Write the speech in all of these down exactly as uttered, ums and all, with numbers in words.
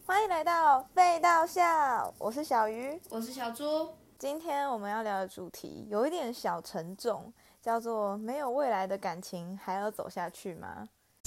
欢迎来到废到笑，我是小鱼， 我是小猪。 今天我们要聊的主题有一点小沉重，叫做没有未来的感情还要走下去吗？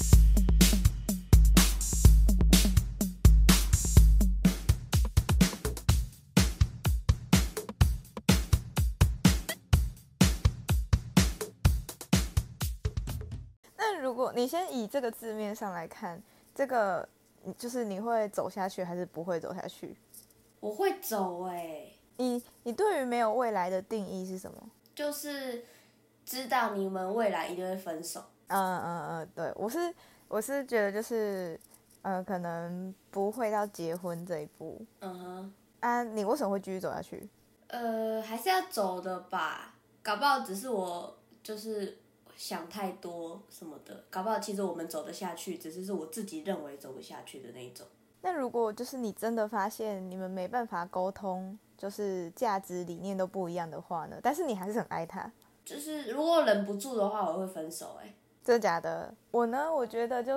那如果你先以这个字面上来看，这个就是你会走下去还是不会走下去？ 我会走哎、欸， 你你对于没有未来的定义是什么？ 就是知道你们未来一定会分手。 嗯嗯嗯，对，我是我是觉得就是，呃，可能不会到结婚这一步。 嗯哼。 啊，你为什么会继续走下去？ 呃，还是要走的吧，搞不好只是我就是想太多什么的，搞不好其实我们走得下去，只是是我自己认为走不下去的那一种。 那如果就是你真的发现你们没办法沟通，就是价值理念都不一样的话呢？但是你还是很爱他， 就是如果忍不住的话，我会分手哎、欸。 真的假的？我呢，我觉得就是，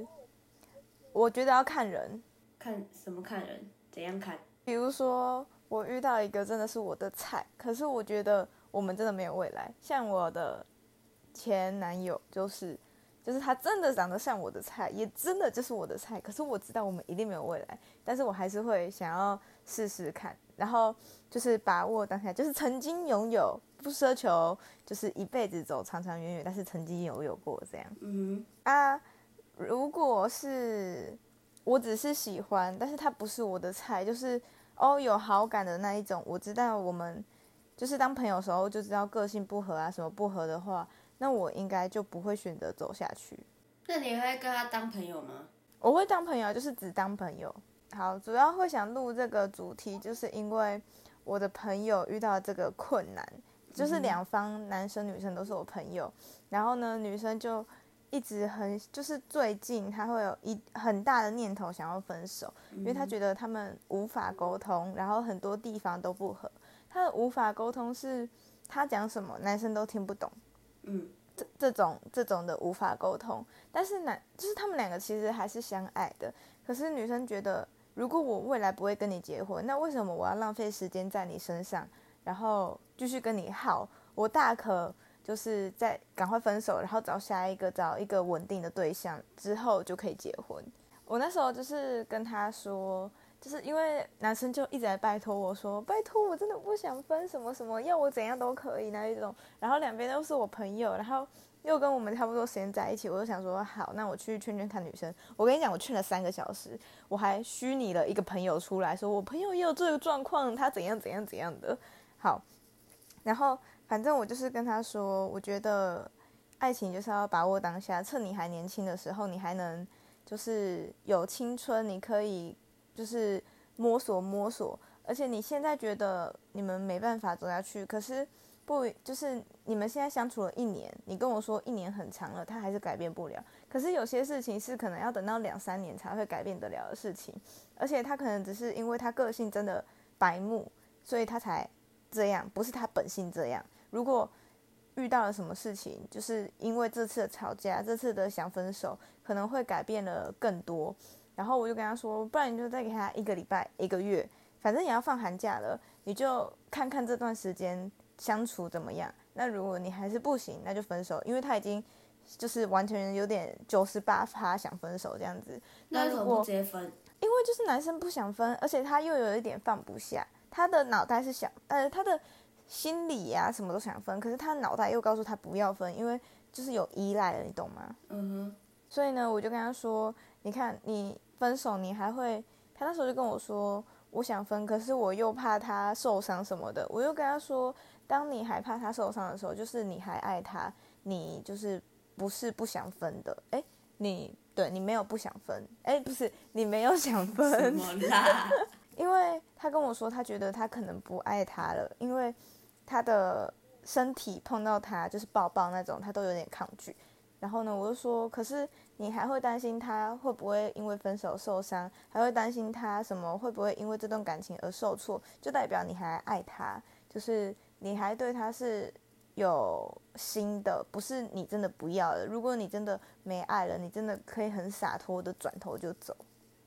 我觉得要看人， 看什么看人，怎样看？ 比如说我遇到一个真的是我的菜，可是我觉得我们真的没有未来。像我的前男友就是，就是他真的长得像我的菜，也真的就是我的菜。可是我知道我们一定没有未来，但是我还是会想要试试看，然后就是把握当下，就是曾经拥有，不奢求就是一辈子走长长远远，但是曾经拥有过这样。 嗯啊，如果是我只是喜欢，但是他不是我的菜，就是哦有好感的那一种，我知道我们就是当朋友的时候就知道个性不合啊，什么不合的话，那我应该就不会选择走下去。 那你会跟他当朋友吗？ 我会当朋友，就是只当朋友。好，主要会想录这个主题，就是因为我的朋友遇到这个困难，就是两方男生女生都是我朋友，然后呢，女生就一直很，就是最近她会有一很大的念头想要分手，因为她觉得他们无法沟通，然后很多地方都不合。她的无法沟通是她讲什么男生都听不懂， 嗯， 这这种这种的无法沟通。但是男就是他们两个其实还是相爱的，可是女生觉得，如果我未来不会跟你结婚，那为什么我要浪费时间在你身上，然后继续跟你耗？我大可就是在赶快分手，然后找下一个，找一个稳定的对象之后就可以结婚。我那时候就是跟他说，就是因为男生就一直在拜托我说，拜托我真的不想分，什么什么要我怎样都可以那一种，然后两边都是我朋友，然后又跟我们差不多时间在一起，我就想说好，那我去劝劝看女生。我跟你讲，我劝了三个小时，我还虚拟了一个朋友出来说，我朋友也有这个状况，他怎样怎样怎样的。好，然后反正我就是跟他说，我觉得爱情就是要把握当下，趁你还年轻的时候，你还能就是有青春，你可以就是摸索摸索，而且你现在觉得你们没办法走下去，可是不就是你们现在相处了一年，你跟我说一年很长了，他还是改变不了。可是有些事情是可能要等到两三年才会改变得了的事情，而且他可能只是因为他个性真的白目，所以他才这样，不是他本性这样。如果遇到了什么事情，就是因为这次的吵架，这次的想分手，可能会改变了更多。然后我就跟他说，不然你就再给他一个礼拜、一个月，反正也要放寒假了，你就看看这段时间相处怎么样。那如果你还是不行，那就分手，因为他已经就是完全有点九十八趴想分手这样子。 那为什么不直接分？ 因为就是男生不想分，而且他又有一点放不下，他的脑袋是想，呃，他的心理呀、啊、什么都想分，可是他脑袋又告诉他不要分，因为就是有依赖了，你懂吗？ 嗯哼。 所以呢，我就跟他说，你看你分手，你还会，他那时候就跟我说，我想分，可是我又怕他受伤什么的。我又跟他说，当你还怕他受伤的时候，就是你还爱他，你就是不是不想分的，哎，你对你没有不想分，哎，不是你没有想分， 什么啦？ 因为他跟我说，他觉得他可能不爱他了，因为他的身体碰到他就是抱抱那种，他都有点抗拒。然后呢，我就说，可是你还会担心他会不会因为分手受伤，还会担心他什么会不会因为这段感情而受挫，就代表你还爱他，就是你还对他是有心的，不是你真的不要了。如果你真的没爱了，你真的可以很洒脱的转头就走。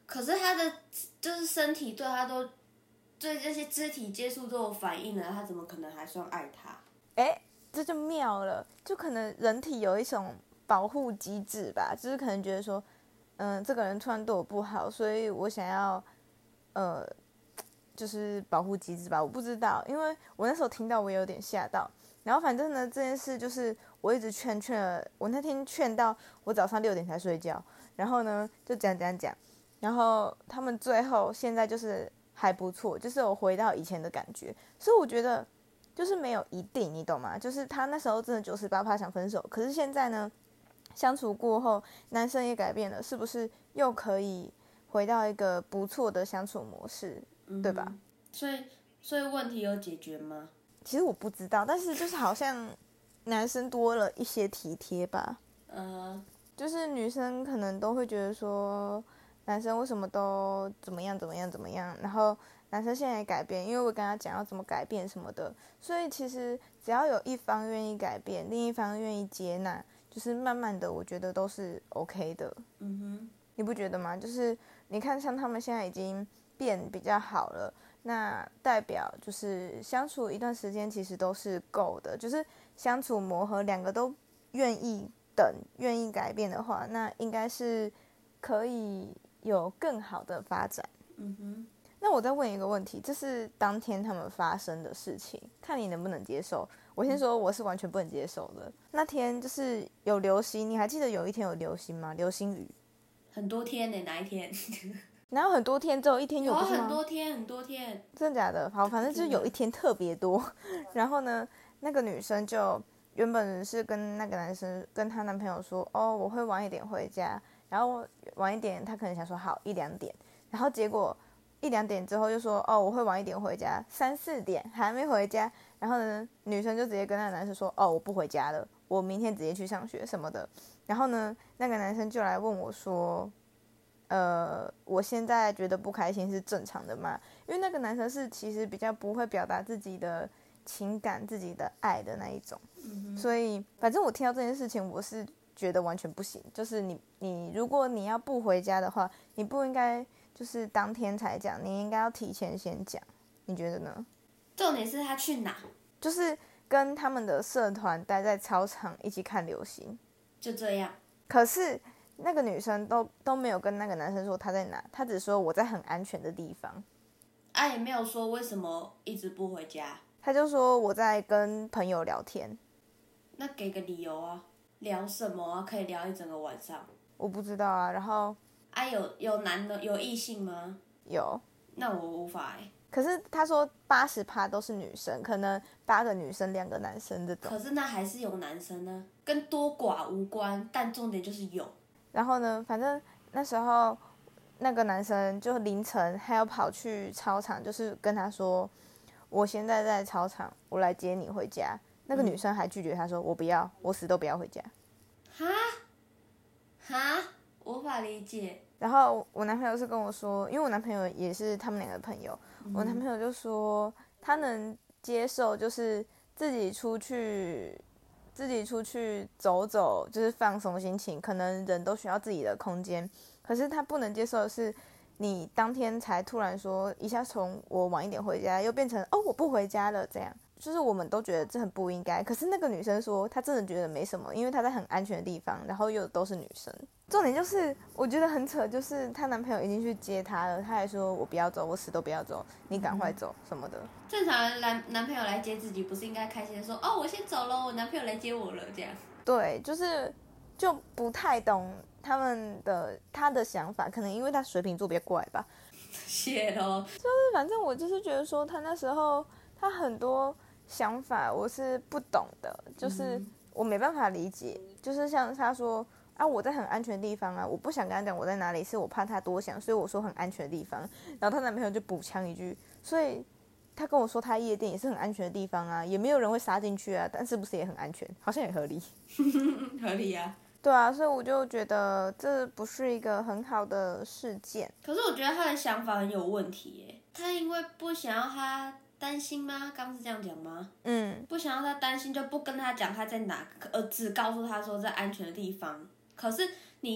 可是他的就是身体对他都对这些肢体接触都有反应了，他怎么可能还算爱他？ 哎，这就妙了，就可能人体有一种保护机制吧，就是可能觉得说，嗯，这个人突然对我不好，所以我想要，呃，就是保护机制吧，我不知道，因为我那时候听到我也有点吓到。然后反正呢，这件事就是我一直劝劝了，我那天劝到我早上六点才睡觉，然后呢就讲讲讲，然后他们最后现在就是还不错，就是我回到以前的感觉，所以我觉得就是没有一定，你懂吗？就是他那时候真的九十八趴想分手，可是现在呢，相处过后，男生也改变了，是不是又可以回到一个不错的相处模式， 嗯、 对吧？ 所以，所以问题有解决吗？ 其实我不知道，但是就是好像男生多了一些体贴吧。 呃， 就是女生可能都会觉得说，男生为什么都怎么样怎么样怎么样，然后男生现在也改变，因为我跟他讲要怎么改变什么的，所以其实只要有一方愿意改变，另一方愿意接纳，就是慢慢的，我觉得都是 OK 的。 嗯哼， 你不觉得吗？就是你看，像他们现在已经变比较好了，那代表就是相处一段时间其实都是够的，就是相处磨合，两个都愿意等、愿意改变的话，那应该是可以有更好的发展。 嗯哼， 那我再问一个问题，这是当天他们发生的事情，看你能不能接受。我先说，我是完全不能接受的。那天就是有流星，你还记得有一天有流星吗？流星雨。 很多天呢、哪一天？ 然后很多天，只有一天有， 有不是吗？ 很多天，很多天。 真的假的？好，反正就是有一天特别多。然后呢，那个女生就原本是跟那个男生跟她男朋友说，哦，我会晚一点回家。然后晚一点，她可能想说好一两点。然后结果一两点之后就说，哦，我会晚一点回家，三四点还没回家。然后呢，女生就直接跟那个男生说，哦，我不回家了，我明天直接去上学什么的。然后呢，那个男生就来问我说，呃，我现在觉得不开心是正常的吗？因为那个男生是其实比较不会表达自己的情感、自己的爱的那一种， 嗯、 所以反正我听到这件事情，我是觉得完全不行。就是你，你如果你要不回家的话，你不应该就是当天才讲，你应该要提前先讲。你觉得呢？ 重点是他去哪？ 就是跟他们的社团待在操场一起看流星， 就这样。 可是那个女生都都没有跟那个男生说她在哪，她只说我在很安全的地方。 啊，也没有说为什么一直不回家。 她就说我在跟朋友聊天。 那给个理由啊，聊什么啊？可以聊一整个晚上。 我不知道啊，然后啊，有有男的有异性吗？ 有， 那我无法哎、欸。 可是他说八十趴都是女生，可能八个女生两个男生这种。 可是那还是有男生呢，跟多寡无关，但重点就是有。 然后呢，反正那时候那个男生就凌晨还要跑去操场，就是跟他说：“我现在在操场，我来接你回家。”那个女生还拒绝他说：“我不要，我死都不要回家。” 哈哈，无法理解。 然后我男朋友是跟我说，因为我男朋友也是他们两个朋友，嗯、我男朋友就说他能接受，就是自己出去。自己出去走走，就是放松心情，可能人都需要自己的空间。可是他不能接受的是，你当天才突然说一下从我晚一点回家，又变成哦我不回家了，这样就是我们都觉得这很不应该。可是那个女生说她真的觉得没什么，因为她在很安全的地方，然后又都是女生。重点就是我觉得很扯，就是她男朋友已经去接她了，她还说我不要走，我死都不要走，你赶快走什么的。 正常人男男朋友来接自己，不是应该开心的说哦我先走了，我男朋友来接我了这样。 对，就是就不太懂他们的他的想法，可能因为他水瓶座比较怪吧。 谢咯。 就是反正我就是觉得说他那时候他很多想法我是不懂的，就是我没办法理解。就是像他说啊，我在很安全的地方啊，我不想跟他讲我在哪里，是我怕他多想，所以我说很安全的地方。然后她男朋友就补枪一句，所以他跟我说他夜店也是很安全的地方啊，也没有人会杀进去啊，但是不是也很安全？好像也合理。 合理啊。 对啊，所以我就觉得这不是一个很好的事件。 可是我觉得他的想法很有问题耶，他因为不想要他担心吗？刚是这样讲吗？ 嗯， 不想要他担心，就不跟他讲他在哪，而只告诉他说在安全的地方。可是你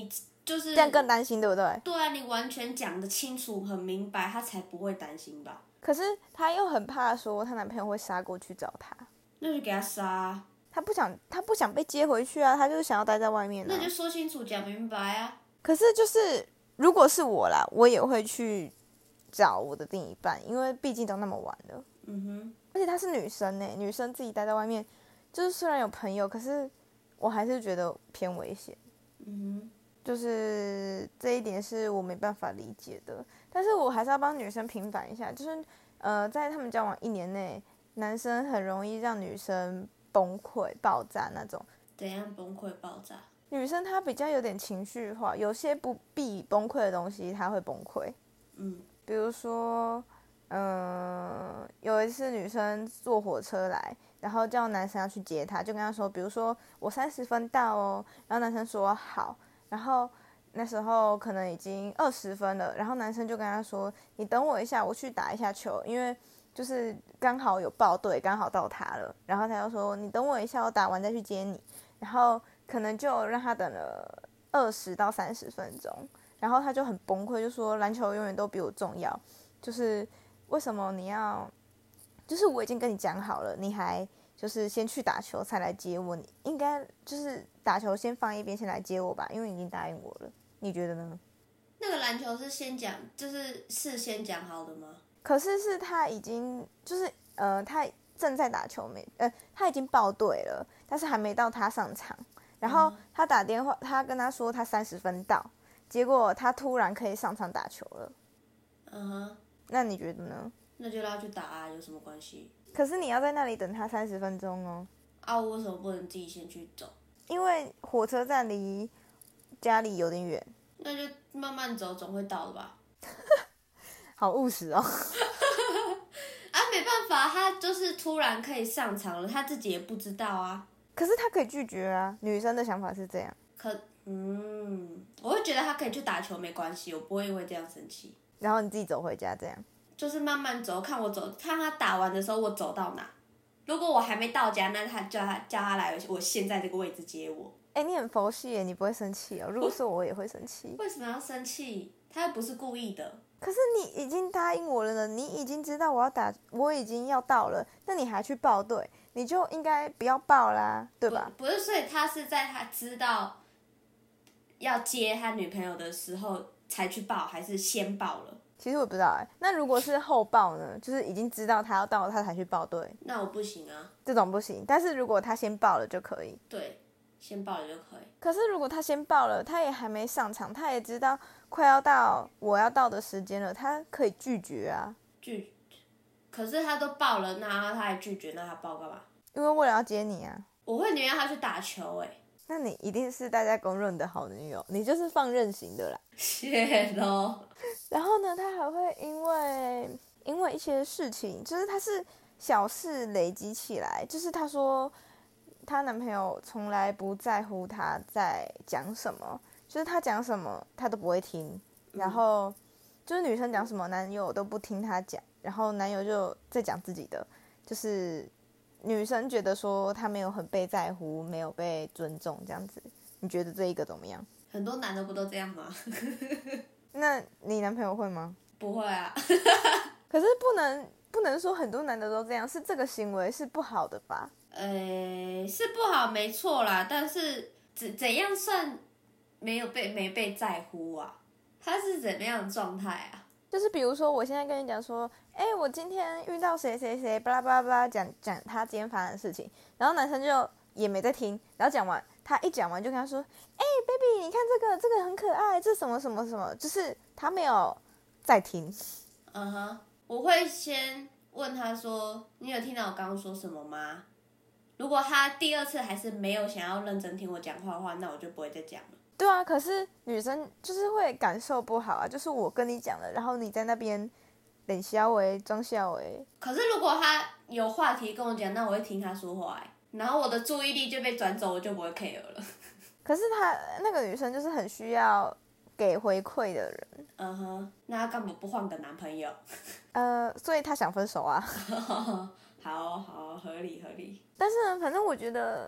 就是这样更担心，对不对？ 对啊，你完全讲得清楚、很明白，他才不会担心吧？ 可是她又很怕说她男朋友会杀过去找她， 那就给他杀啊， 她不想，她不想被接回去啊，她就是想要待在外面啊。 那你就说清楚、讲明白啊。 可是就是如果是我啦，我也会去找我的另一半，因为毕竟都那么晚了。 嗯哼， 而且她是女生呢，女生自己待在外面，就是虽然有朋友，可是我还是觉得偏危险。 嗯哼， 就是这一点是我没办法理解的，但是我还是要帮女生平反一下，就是呃，在他们交往一年内，男生很容易让女生崩溃、爆炸那种。 怎样崩溃爆炸？ 女生她比较有点情绪化，有些不必崩溃的东西，她会崩溃。 嗯， 比如说，嗯、有一次女生坐火车来，然后叫男生要去接她，就跟他说，比如说我三十分到哦，然后男生说好，然后那时候可能已经二十分了，然后男生就跟他说，你等我一下，我去打一下球，因为就是刚好有报队，刚好到他了，然后他就说你等我一下，我打完再去接你，然后可能就让他等了二十到三十分钟。然后他就很崩溃，就说篮球永远都比我重要，就是为什么你要，就是我已经跟你讲好了，你还就是先去打球才来接我，你应该就是打球先放一边，先来接我吧，因为你已经答应我了，你觉得呢？ 那个篮球是先讲，就是事先讲好的吗？ 可是是他已经就是呃，他正在打球没，呃，他已经报队了，但是还没到他上场，然后他打电话，他跟他说他三十分到。结果他突然可以上场打球了， 嗯哼， 那你觉得呢？ 那就让他去打啊，有什么关系？ 可是你要在那里等他三十分钟哦， 啊，我为什么不能自己先去走？ 因为火车站离家里有点远。 那就慢慢走，总会到的吧？ 好务实哦。 啊，没办法，他就是突然可以上场了，他自己也不知道啊。 可是他可以拒绝啊，女生的想法是这样。 可，嗯，我会觉得他可以去打球没关系，我不会因为这样生气。 然后你自己走回家这样。 就是慢慢走，看我走，看他打完的时候我走到哪。如果我还没到家，那他叫他叫他来我现在这个位置接我。 哎，你很佛系耶，你不会生气哦？如果是我，我也会生气。 为什么要生气？他又不是故意的。 可是你已经答应我了呢，你已经知道我要打，我已经要到了，那你还去报队，你就应该不要报啦，对吧？ 不，不是，所以他是在他知道要接他女朋友的时候才去报，还是先报了？ 其实我不知道哎，那如果是后报呢？就是已经知道他要到了，他才去报队， 那我不行啊。 这种不行。但是如果他先报了就可以。 对，先报了就可以。 可是如果他先报了，他也还没上场，他也知道快要到我要到的时间了，他可以拒绝啊。 拒，可是他都报了，那他还拒绝，那他报干嘛？ 因为为了要接你啊。 我会宁愿他去打球哎、欸。 那你一定是大家公认的好女友，你就是放任型的啦。 谢喽。 然后呢，他还会因为因为一些事情，就是他是小事累积起来，就是他说她男朋友从来不在乎她在讲什么，就是她讲什么她都不会听，然后就是女生讲什么男友都不听她讲，然后男友就在讲自己的，就是女生觉得说他没有很被在乎，没有被尊重这样子。你觉得这一个怎么样？ 很多男的不都这样吗？ 那你男朋友会吗？ 不会啊。 可是不能不能说很多男的都这样，是这个行为是不好的吧？ 呃，是不好没错啦，但是怎怎样算没有被没被在乎啊？他是怎么样的状态啊？ 就是比如说，我现在跟你讲说，哎、欸，我今天遇到谁谁谁，巴拉巴拉巴拉，讲讲他今天发生的事情，然后男生就也没在听，然后讲完，他一讲完就跟他说，哎、欸、，baby， 你看这个这个很可爱，这什么什么什么，就是他没有在听。 嗯哼，我会先问他说，你有听到我刚刚说什么吗？如果他第二次还是没有想要认真听我讲话的话，那我就不会再讲了。 对啊，可是女生就是会感受不好啊，就是我跟你讲了，然后你在那边冷笑为装笑为。 可是如果他有话题跟我讲，那我会听他说话、欸，然后我的注意力就被转走，我就不会 care 了。 可是他那个女生就是很需要给回馈的人。 嗯哼，那他干嘛不换个男朋友？ 呃，所以他想分手啊。 好好合理合理。 但是呢，反正我觉得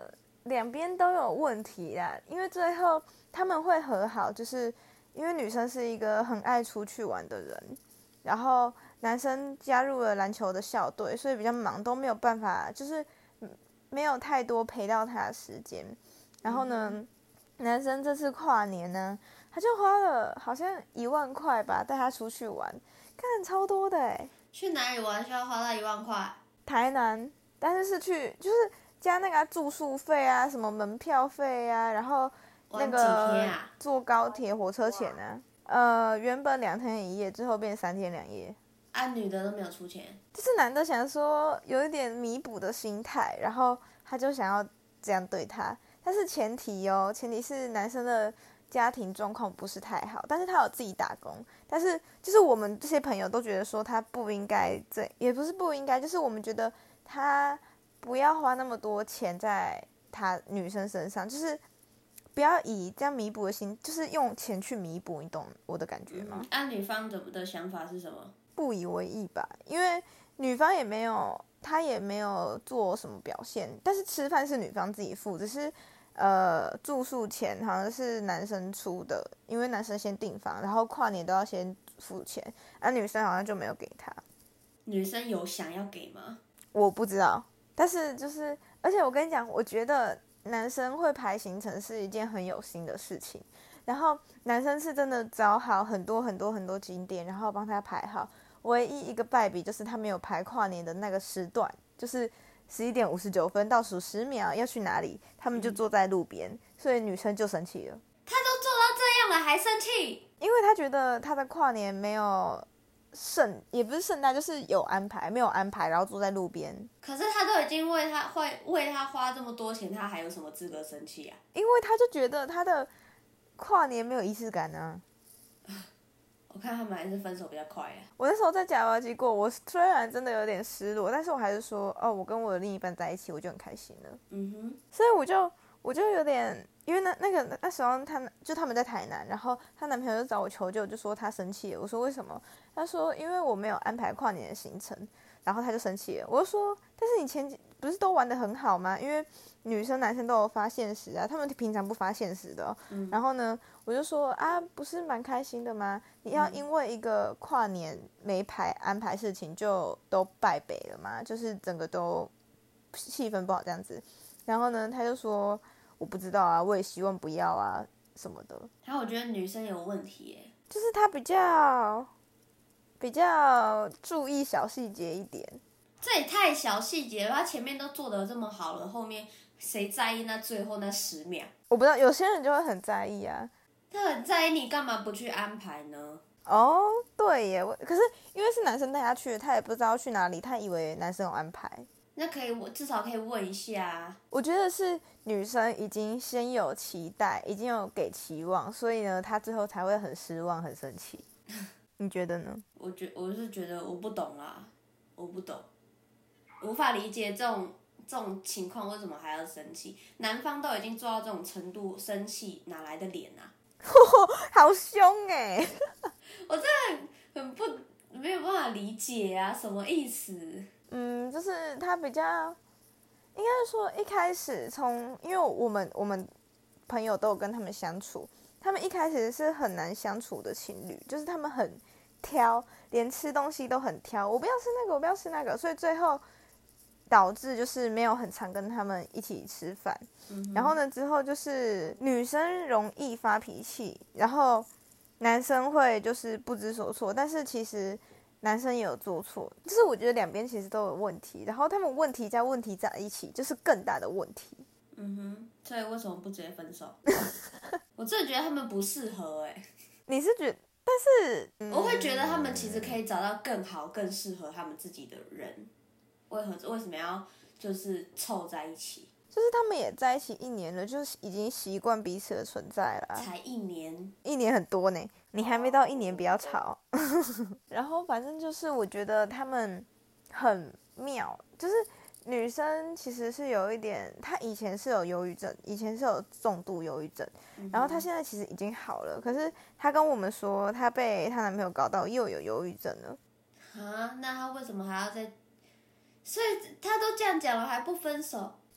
两边都有问题啦，因为最后他们会和好，就是因为女生是一个很爱出去玩的人，然后男生加入了篮球的校队，所以比较忙，都没有办法，就是没有太多陪到他的时间。然后呢，嗯、男生这次跨年呢，他就花了好像一万块吧，带他出去玩，看超多的哎。 去哪里玩需要花到一万块？ 台南，但是是去就是加那个住宿费啊，什么门票费啊，然后那个坐高铁、火车钱啊。呃，原本两天一夜，之后变三天两夜。 啊，女的都没有出钱， 就是男的想说有一点弥补的心态，然后他就想要这样对他，但是前提哦，前提是男生的家庭状况不是太好，但是他有自己打工，但是就是我们这些朋友都觉得说他不应该这，也不是不应该，就是我们觉得他不要花那么多钱在他女生身上，就是不要以这样弥补的心，就是用钱去弥补，你懂我的感觉吗？ 按、嗯啊、女方的的想法是什么？ 不以为意吧，因为女方也没有，她也没有做什么表现，但是吃饭是女方自己付，只是呃住宿钱好像是男生出的，因为男生先订房，然后跨年都要先付钱，而、啊、女生好像就没有给他。 女生有想要给吗？ 我不知道，但是就是，而且我跟你讲，我觉得男生会排行程是一件很有心的事情，然后男生是真的找好很多很多很多景点，然后帮他排好。唯一一个败笔就是他没有排跨年的那个时段，就是十一点五十九分倒数十秒要去哪里，他们就坐在路边，嗯、所以女生就生气了。 他都做到这样了还生气？ 因为他觉得他的跨年没有盛，也不是盛大，就是有安排，没有安排，然后坐在路边。 可是他都已经为他会为他花这么多钱，他还有什么资格生气啊？ 因为他就觉得他的跨年没有仪式感啊。 我看他们还是分手比较快啊。 我那时候在夹娃机过，我虽然真的有点失落，但是我还是说，哦，我跟我的另一半在一起，我就很开心了。 嗯哼。 所以我就我就有点，因为那那个那时候他就他们在台南，然后她男朋友就找我求救，就说他生气了。我说为什么？他说因为我没有安排跨年的行程，然后他就生气了。我就说，但是你前几不是都玩得很好吗？因为女生男生都有发现实啊，他们平常不发现实的、哦嗯。然后呢，我就说啊，不是蛮开心的吗？你要因为一个跨年没排安排事情就都败北了吗？就是整个都气氛不好这样子。然后呢，他就说我不知道啊，我也希望不要啊什么的。 然后我觉得女生有问题耶， 就是他比较比较注意小细节一点。 这也太小细节了，他前面都做得这么好了，后面谁在意那最后那十秒？ 我不知道，有些人就会很在意啊。 他很在意，你干嘛不去安排呢？ 哦，对耶，可是因为是男生带他去的，他也不知道去哪里，他以为男生有安排。 那可以，至少可以问一下。 我觉得是女生已经先有期待，已经有给期望，所以呢，他最后才会很失望、很生气。你觉得呢？ 我觉我是觉得我不懂啦，我不懂，无法理解这种这种情况为什么还要生气。男方都已经做到这种程度，生气哪来的脸啊？ 好凶哎、欸！ 我真的很很不没有办法理解啊，什么意思？ 嗯，就是他比较，应该说一开始从，因为我们我们朋友都有跟他们相处，他们一开始是很难相处的情侣，就是他们很挑，连吃东西都很挑，我不要吃那个，我不要吃那个，所以最后导致就是没有很常跟他们一起吃饭。嗯、然后呢，之后就是女生容易发脾气，然后男生会就是不知所措，但是其实男生也有做错，就是我觉得两边其实都有问题，然后他们问题加问题在一起，就是更大的问题。 嗯哼，所以为什么不直接分手？我真的觉得他们不适合哎、欸。 你是觉得？但是、 嗯、我会觉得他们其实可以找到更好、更适合他们自己的人，为何为什么要就是凑在一起？ 就是他们也在一起一年了，就是已经习惯彼此的存在了。 才一年， 一年很多呢，你还没到一年，不要吵。然后反正就是我觉得他们很妙，就是女生其实是有一点，她以前是有忧郁症，以前是有重度忧郁症，然后她现在其实已经好了，可是她跟我们说，她被她男朋友搞到又有忧郁症了。 啊，那她为什么还要再？所以她都这样讲了还不分手？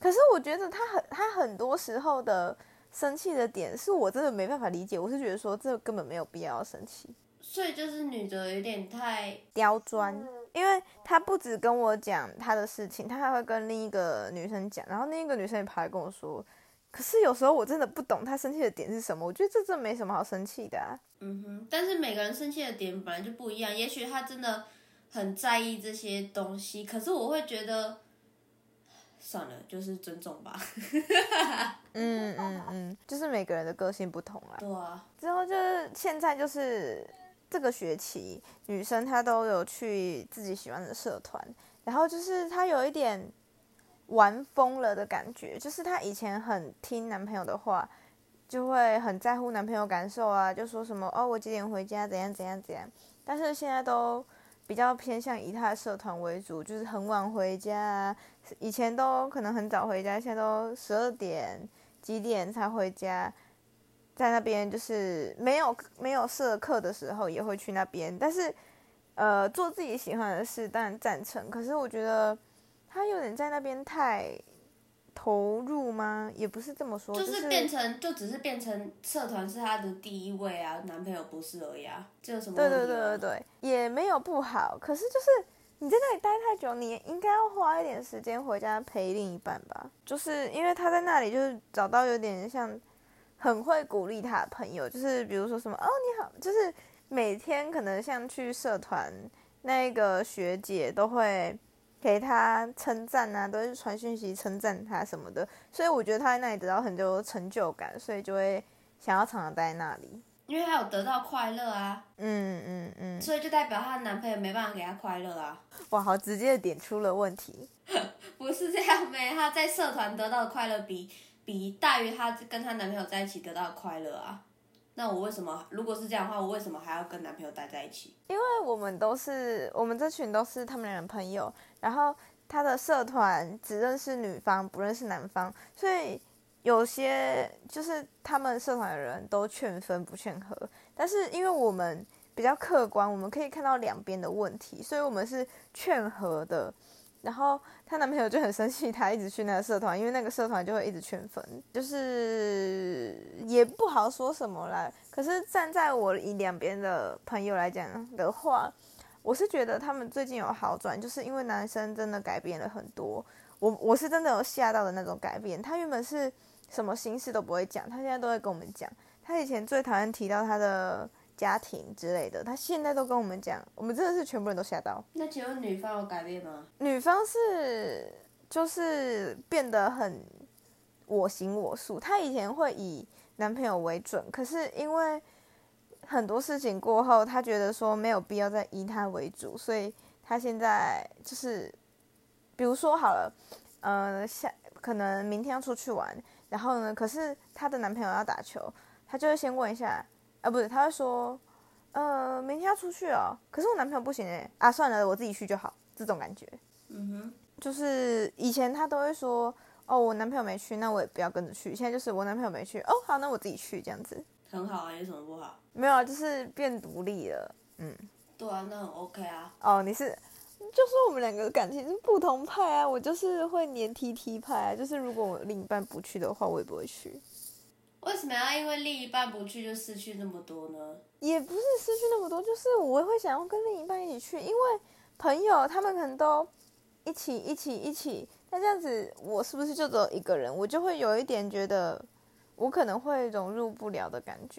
可是我觉得他很他很多时候的生气的点是我真的没办法理解，我是觉得说这根本没有必要要生气。 所以就是女的有点太刁钻，因为他不只跟我讲他的事情，他还会跟另一个女生讲，然后另一个女生也跑来跟我说，可是有时候我真的不懂他生气的点是什么，我觉得这真的没什么好生气的啊。 嗯哼，但是每个人生气的点本来就不一样，也许他真的很在意这些东西，可是我会觉得算了，就是尊重吧。 嗯嗯嗯，就是每个人的个性不同啦。 对啊。 之后就是现在就是这个学期，女生她都有去自己喜欢的社团，然后就是她有一点玩疯了的感觉，就是她以前很听男朋友的话，就会很在乎男朋友感受啊，就说什么哦我几点回家怎样怎样怎样，但是现在都比较偏向以她的社团为主，就是很晚回家啊，以前都可能很早回家，现在都十二点几点才回家。在那边就是没有没有社课的时候也会去那边，但是呃做自己喜欢的事当然赞成，可是我觉得他有点在那边太投入吗？也不是这么说， 就就是变成就只是变成社团是他的第一位啊，男朋友不是而已啊，这有什么对对问题吗？ 对对对，也没有不好，可是就是你在那里待太久，你应该要花一点时间回家陪另一半吧，就是因为他在那里就是找到有点像。很会鼓励他的朋友，就是比如说什么哦你好，就是每天可能像去社团那个学姐都会给他称赞啊，都是传讯息称赞他什么的，所以我觉得他在那里得到很多成就感，所以就会想要常常待在那里。 因为他有得到快乐啊， 嗯嗯嗯， 所以就代表她的男朋友没办法给她快乐啊。 哇，好直接的点出了问题。 不是这样呗，她在社团得到的快乐比。比大于她跟她男朋友在一起得到的快乐啊，那我为什么如果是这样的话，我为什么还要跟男朋友待在一起？ 因为我们都是我们这群都是他们两个朋友，然后他的社团只认识女方不认识男方，所以有些就是他们社团的人都劝分不劝和，但是因为我们比较客观，我们可以看到两边的问题，所以我们是劝和的。然后她男朋友就很生气，她一直去那个社团，因为那个社团就会一直劝分，就是也不好说什么啦。可是站在我以两边的朋友来讲的话，我是觉得他们最近有好转，就是因为男生真的改变了很多。我我是真的有吓到的那种改变。他原本是什么心事都不会讲，他现在都会跟我们讲。他以前最讨厌提到他的家庭之类的，他现在都跟我们讲，我们真的是全部人都吓到。 那请问女方有改变吗？ 女方是就是变得很我行我素，她以前会以男朋友为准，可是因为很多事情过后，她觉得说没有必要再以他为主，所以她现在就是，比如说好了，呃，下可能明天要出去玩，然后呢，可是她的男朋友要打球，她就会先问一下。啊，不是，他会说，呃，明天要出去哦，可是我男朋友不行哎，啊，算了，我自己去就好，这种感觉。 嗯哼， 就是以前他都会说，哦，我男朋友没去，那我也不要跟着去。现在就是我男朋友没去，哦，好，那我自己去这样子。 很好啊，有什么不好？ 没有啊，就是变独立了，嗯。 对啊，那很 OK 啊。 哦，你是，就说我们两个感情是不同派啊，我就是会黏 T T 派啊，就是如果我另一半不去的话，我也不会去。 为什么要因为另一半不去就失去那么多呢？ 也不是失去那么多，就是我会想要跟另一半一起去，因为朋友他们可能都一起一起一起，那这样子我是不是就只有一个人？我就会有一点觉得我可能会融入不了的感觉。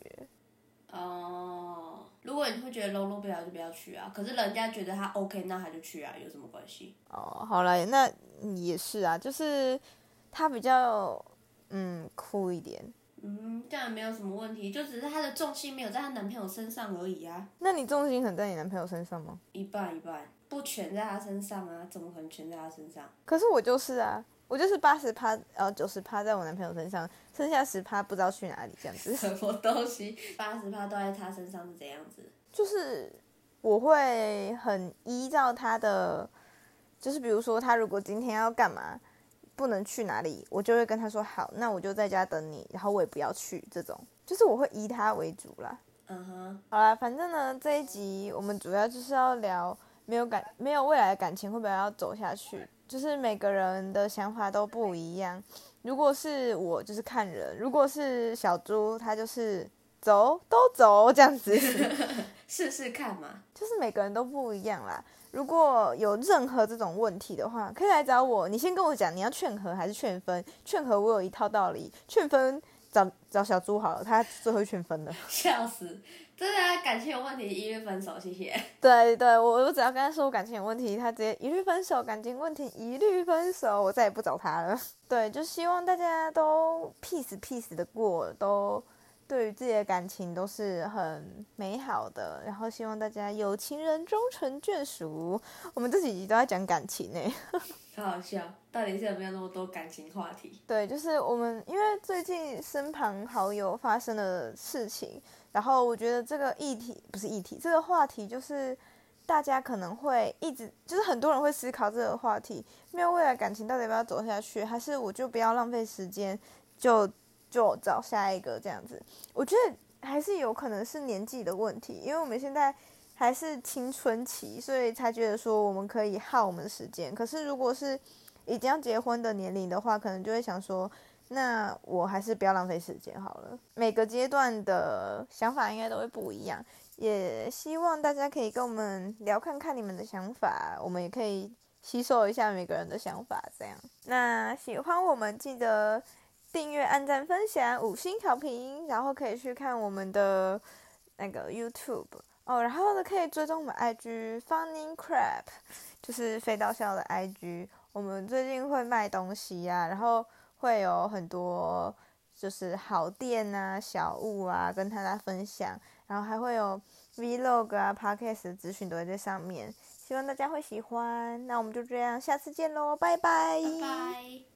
哦，如果你会觉得融入不了就不要去啊，可是人家觉得他 OK， 那他就去啊，有什么关系？ 哦，好了，那也是啊，就是他比较嗯酷一点。 嗯，这样没有什么问题，就只是她的重心没有在她男朋友身上而已啊。 那你重心很在你男朋友身上吗？ 一半一半，不全在他身上啊，怎么可能全在他身上？ 可是我就是啊，我就是八十趴，呃九十趴在我男朋友身上，剩下十趴不知道去哪里这样子。 什么东西？八十趴都在他身上是怎样子？ 就是我会很依照他的，就是比如说他如果今天要干嘛，不能去哪里，我就会跟他说好，那我就在家等你，然后我也不要去，这种就是我会以他为主啦。 嗯哼， 好啦，反正呢这一集我们主要就是要聊没有感没有未来的感情会不会要走下去就是每个人的想法都不一样。如果是我，就是看人；如果是小猪，他就是走都走这样子， 试试看嘛。 就是每个人都不一样啦。如果有任何这种问题的话，可以来找我。你先跟我讲，你要劝和还是劝分？劝和我有一套道理，劝分找找小猪好了，他最后劝分了。 笑死！真的啊，感情有问题一律分手，谢谢。 对对，我我只要跟他说我感情有问题，他直接一律分手，感情问题一律分手，我再也不找他了。对，就希望大家都 peace peace 的过，都对于自己的感情都是很美好的，然后希望大家有情人终成眷属。我们这几集都在讲感情呢， 好好笑，到底是有没有那么多感情话题？ 对，就是我们因为最近身旁好友发生的事情，然后我觉得这个议题不是议题，这个话题就是大家可能会一直，就是很多人会思考这个话题，没有未来感情到底要不要走下去，还是我就不要浪费时间，就就找下一个这样子。我觉得还是有可能是年纪的问题，因为我们现在还是青春期，所以才觉得说我们可以耗我们的时间。可是如果是已经要结婚的年龄的话，可能就会想说，那我还是不要浪费时间好了。每个阶段的想法应该都会不一样，也希望大家可以跟我们聊看看你们的想法，我们也可以吸收一下每个人的想法这样。那喜欢我们记得订阅、按赞、分享、五星好评，然后可以去看我们的那个 YouTube 哦，然后呢可以追踪我们 I G Funny Crab， 就是飞到笑的 I G。我们最近会卖东西啊，然后会有很多就是好店啊、小物啊跟大家分享，然后还会有 Vlog 啊、Podcast 的资讯都会在上面，希望大家会喜欢。那我们就这样，下次见喽，拜拜。 拜拜。